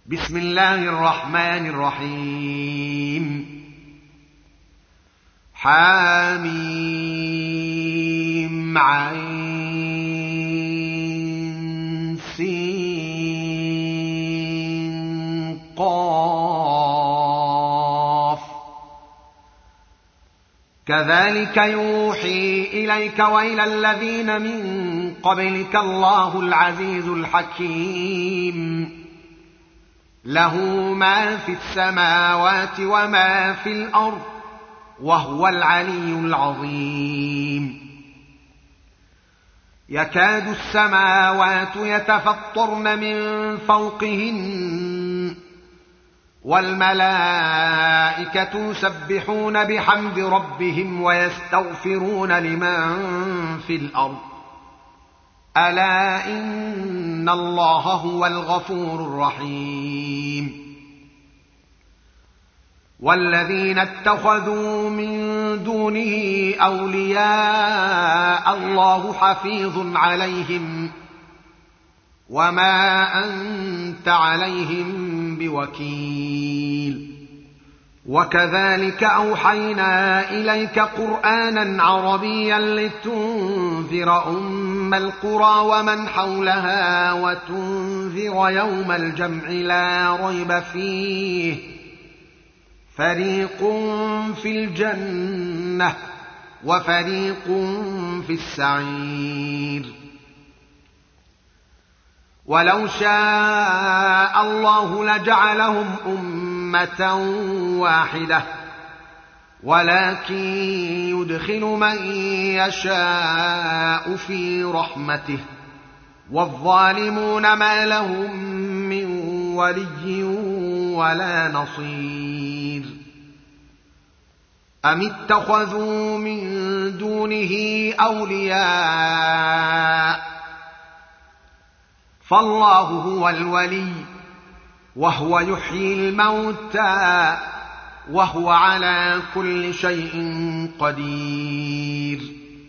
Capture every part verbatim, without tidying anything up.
بسم الله الرحمن الرحيم. حاميم عين سين قاف. كذلك يوحي إليك وإلى الذين من قبلك الله العزيز الحكيم، له ما في السماوات وما في الأرض وهو العلي العظيم. يكاد السماوات يتفطرن من فوقهن والملائكة يسبحون بحمد ربهم ويستغفرون لمن في الأرض ألا إن الله هو الغفور الرحيم. والذين اتخذوا من دونه أولياء الله حفيظ عليهم وما أنت عليهم بوكيل. وكذلك أوحينا إليك قرآنا عربيا لتنذر أم القرى ومن حولها وتنذر يوم الجمع لا ريب فيه فريق في الجنة وفريق في السعير. ولو شاء الله لجعلهم أمة واحدة ولكن يدخل من يشاء في رحمته والظالمون ما لهم من ولي ولا نصير. أم اتخذوا من دونه أولياء فالله هو الولي وهو يحيي الموتى وهو على كل شيء قدير.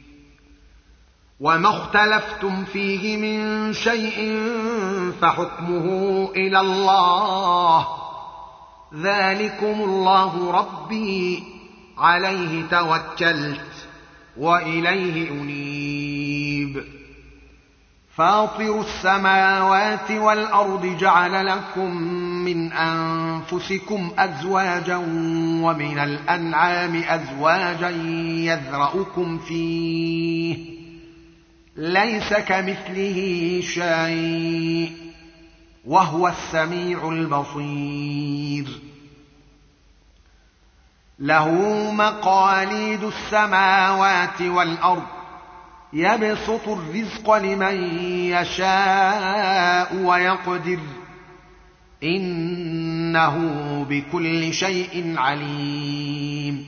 وما اختلفتم فيه من شيء فحكمه إلى الله ذلكم الله ربي عليه توكلت وإليه أنيب. فاطر السماوات والأرض جعل لكم من أنفسكم أزواجا ومن الأنعام أزواجا يذرأكم فيه ليس كمثله شيء وهو السميع البصير. له مقاليد السماوات والأرض يبسط الرزق لمن يشاء ويقدر إنه بكل شيء عليم.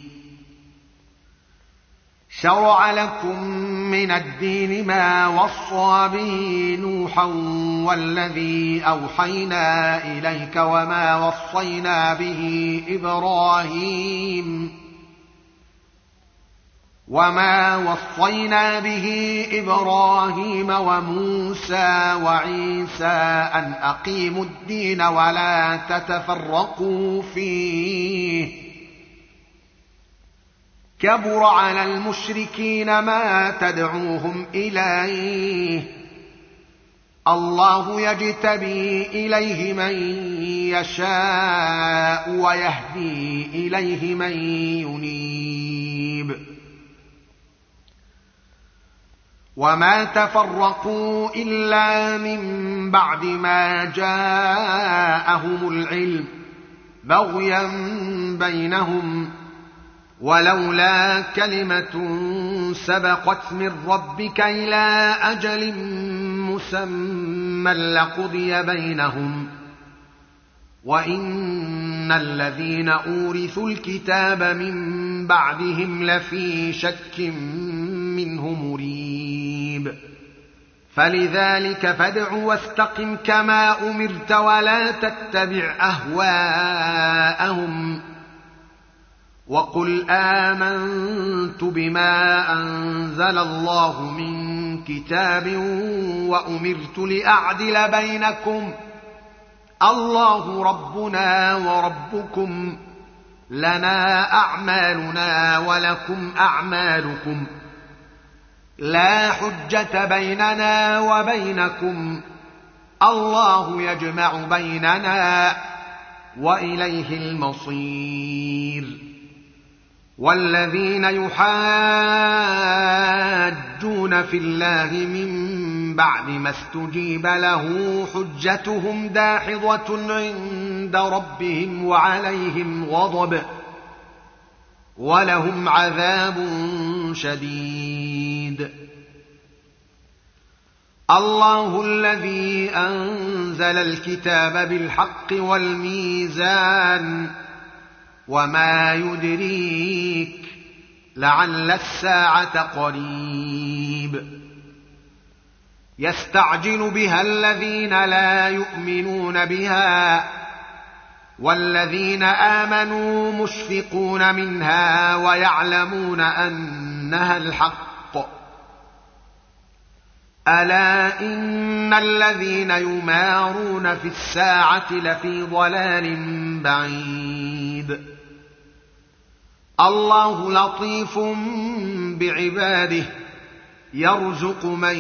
شرع لكم من الدين ما وصى به نوحا والذي أوحينا إليك وما وصينا به إبراهيم وما وصينا به إبراهيم وموسى وعيسى أن أقيموا الدين ولا تتفرقوا فيه كبر على المشركين ما تدعوهم إليه الله يجتبي إليه من يشاء ويهدي إليه من ينيب. وما تفرقوا إلا من بعد ما جاءهم العلم بغيا بينهم ولولا كلمة سبقت من ربك إلى أجل مسمى لقضي بينهم وإن الذين أورثوا الكتاب من بعدهم لفي شك منه مريب. فلذلك فادع واستقم كما أمرت ولا تتبع أهواءهم وقل آمنت بما أنزل الله من كتاب وأمرت لأعدل بينكم الله ربنا وربكم لنا أعمالنا ولكم أعمالكم لا حجة بيننا وبينكم الله يجمع بيننا وإليه المصير والذين يحاجون في الله من بعد ما استجيب له حجتهم داحضة عند ربهم وعليهم غضب ولهم عذاب شديد. الله الذي أنزل الكتاب بالحق والميزان وما يدريك لعل الساعة قريب يستعجل بها الذين لا يؤمنون بها والذين آمنوا مشفقون منها ويعلمون أنها الحق ألا إن الذين يمارون في الساعة لفي ضلال بعيد. الله لطيف بعباده يرزق من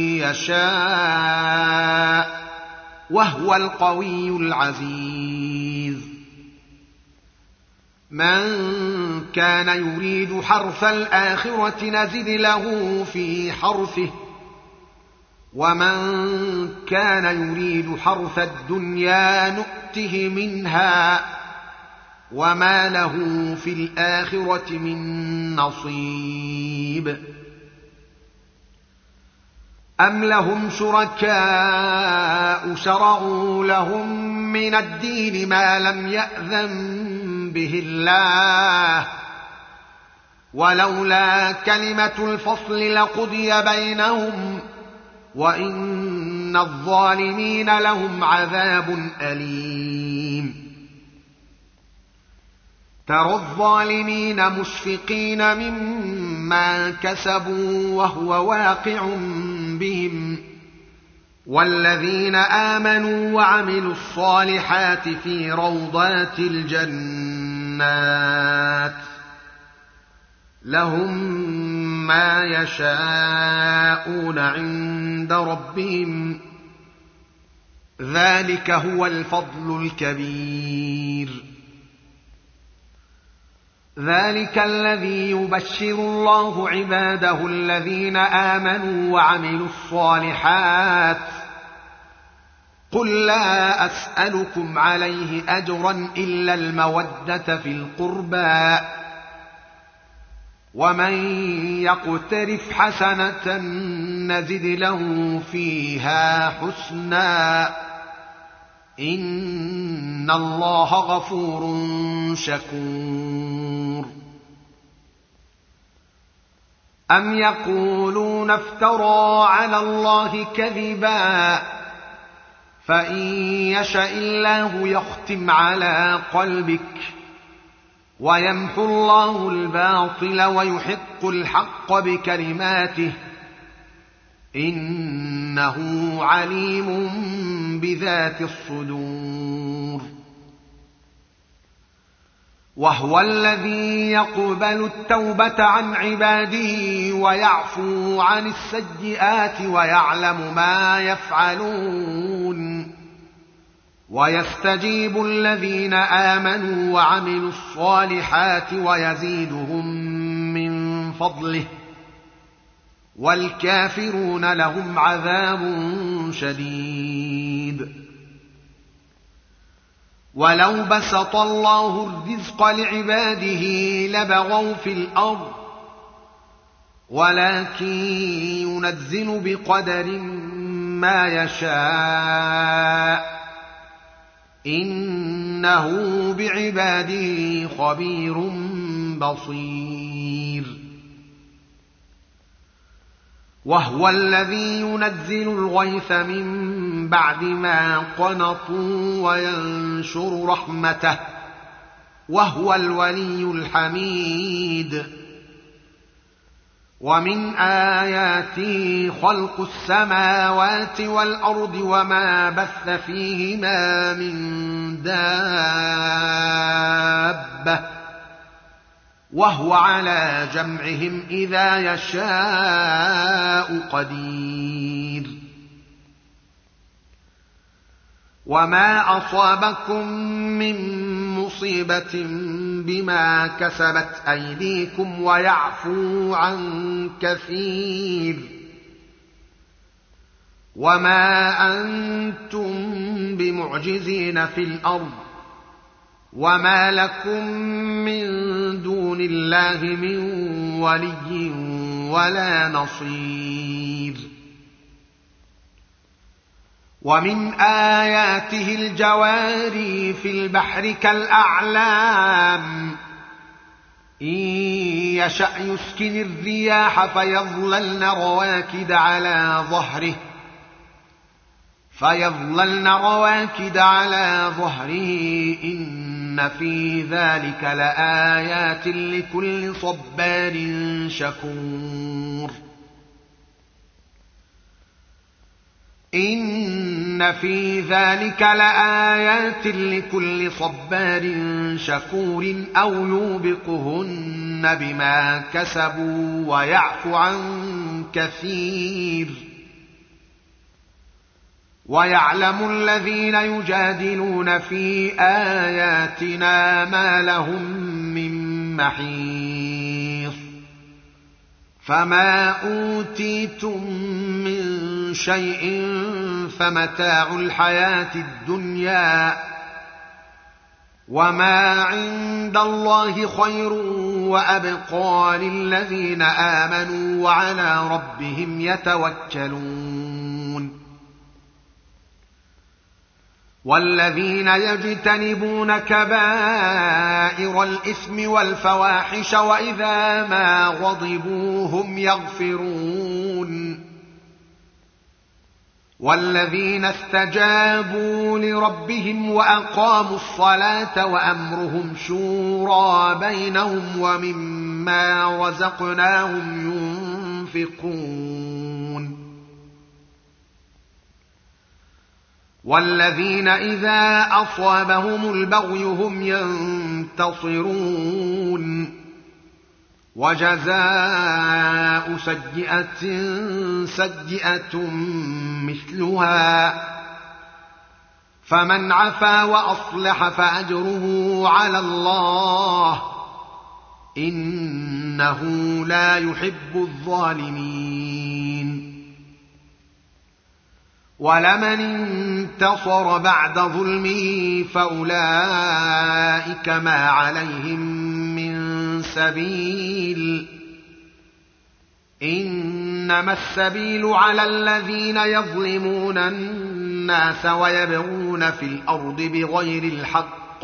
يشاء وهو القوي العزيز. من كان يريد حرث الآخرة نزد له في حرثه ومن كان يريد حرث الدنيا نؤته منها وما له في الآخرة من نصيب. أم لهم شركاء شرعوا لهم من الدين ما لم يأذن به الله ولولا كلمة الفصل لقضي بينهم وإن الظالمين لهم عذاب أليم. ترى الظالمين مشفقين مما كسبوا وهو واقع بهم والذين آمنوا وعملوا الصالحات في روضات الجنات لهم ما يشاءون عند ربهم ذلك هو الفضل الكبير. ذلك الذي يبشر الله عباده الذين آمنوا وعملوا الصالحات قل لا أسألكم عليه أجرا إلا المودة في القربى ومن يقترف حسنة نزد له فيها حسنا إن الله غفور شكور. أم يقولون افترى على الله كذبا فإن يشأ الله يختم على قلبك ويمحو الله الباطل ويحق الحق بكلماته إنه عليم بذات الصدور. وهو الذي يقبل التوبة عن عباده ويعفو عن السيئات ويعلم ما يفعلون ويستجيب الذين آمنوا وعملوا الصالحات ويزيدهم من فضله والكافرون لهم عذاب شديد. ولو بسط الله الرزق لعباده لبغوا في الأرض ولكن ينزل بقدر ما يشاء إنه بعباده خبير بصير. وهو الذي ينزل الغيث من بعد ما قنطوا وينشر رحمته وهو الولي الحميد. ومن آياته خلق السماوات والأرض وما بث فيهما من دابة وهو على جمعهم إذا يشاء قدير وما أصابكم من مصيبة بما كسبت أيديكم ويعفو عن كثير وما أنتم بمعجزين في الأرض وما لكم من دون الله من ولي ولا نصير ومن آياته الجواري في البحر كالأعلام إن يشأ يسكن الرياح فيظللن رواكد على ظهره فيظللن رواكد على ظهره إن في ذلك لآيات لكل صبار شكور إن في ذلك لآيات لكل صبار شكور أو يوبقهن بما كسبوا ويعفو عن كثير ويعلم الذين يجادلون في آياتنا ما لهم من محيص فما أوتيتم من شيء فمتاع الحياة الدنيا وما عند الله خير وأبقى للذين آمنوا وعلى ربهم يتوكلون والذين يجتنبون كبائر الإثم والفواحش وإذا ما غضبوا هم يغفرون والذين استجابوا لربهم وأقاموا الصلاة وأمرهم شورى بينهم ومما رزقناهم ينفقون والذين إذا أصابهم البغي هم ينتصرون وجزاء سيئة سيئة مثلها فمن عفا وأصلح فأجره على الله إنه لا يحب الظالمين ولمن انتصر بعد ظلمه فأولئك ما عليهم من سبيل إنما السبيل على الذين يظلمون الناس ويبغون في الأرض بغير الحق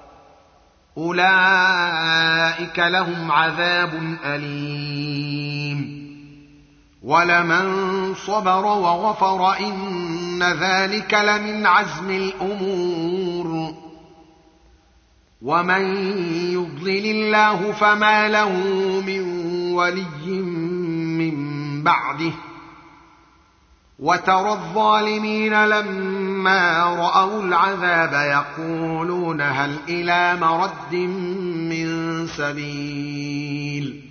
أولئك لهم عذاب أليم ولمن صبر وغفر إن ذلك لمن عزم الأمور ومن يضلل الله فما له من ولي من بعده وترى الظالمين لما رأوا العذاب يقولون هل إلى مرد من سبيل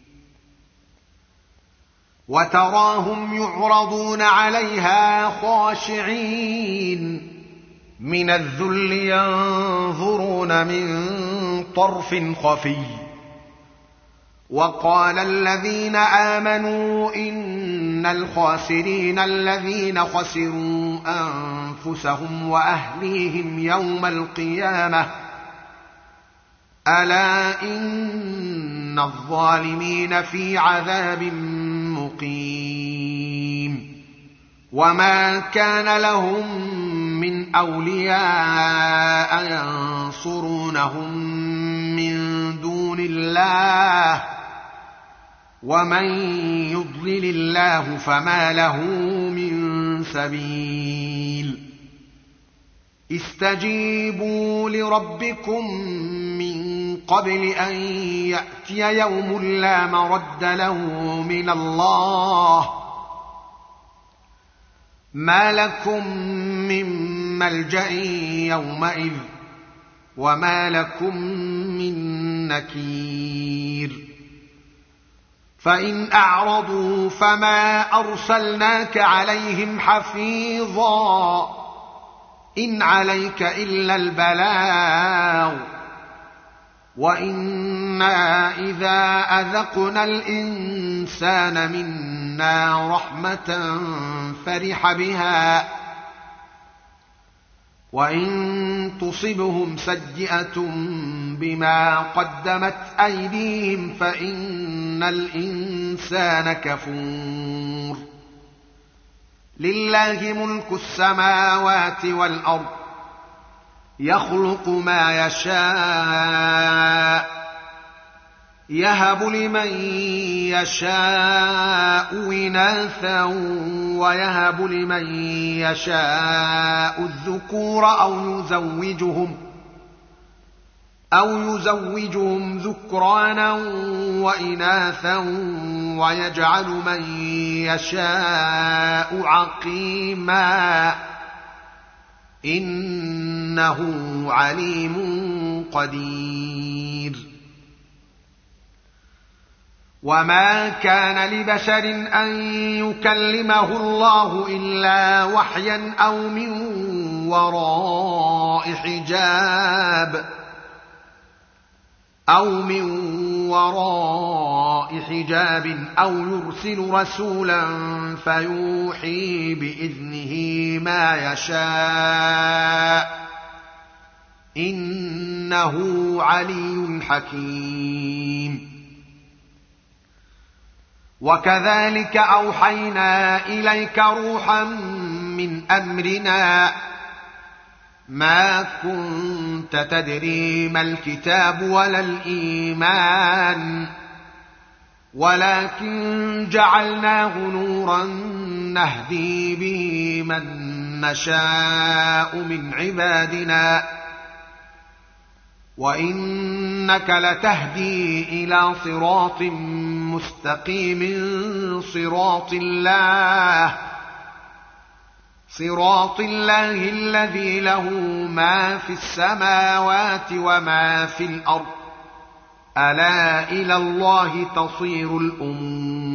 وتراهم يعرضون عليها خاشعين من الذل ينظرون من طرف خفي وقال الذين آمنوا إن الخاسرين الذين خسروا أنفسهم وأهليهم يوم القيامة ألا إن الظالمين في عذاب مقيم وما كان لهم من أولياء ينصرونهم من دون الله ومن يضلل الله فما له من سبيل استجيبوا لربكم من قبل أن يأتي يوم لا مرد له من الله ما لكم من ملجأ يومئذ وما لكم من نكير فإن أعرضوا فما أرسلناك عليهم حفيظا إن عليك إلا البلاغ وإنا إذا أذقنا الإنسان منا رحمة فرح بها وإن تصبهم سيئة بما قدمت أيديهم فإن الإنسان كفور لله ملك السماوات والأرض يخلق ما يشاء يهب لمن يشاء إناثا ويهب لمن يشاء الذكور أو يزوجهم أو يزوجهم ذكرانا وإناثا ويجعل من يشاء عقيما إنه عليم قدير وما كان لبشر أن يكلمه الله إلا وحيا أو من وراء حجاب أو من وراء حجاب أو يرسل رسولا فيوحي بإذنه ما يشاء إنه علي حكيم وكذلك أوحينا إليك روحا من أمرنا ما كنت تدري ما الكتاب ولا الإيمان ولكن جعلناه نورا نهدي به من نشاء من عبادنا وإنك لتهدي إلى صراط مستقيم صراط الله صراط الله الذي له ما في السماوات وما في الأرض ألا إلى الله تصير الأمور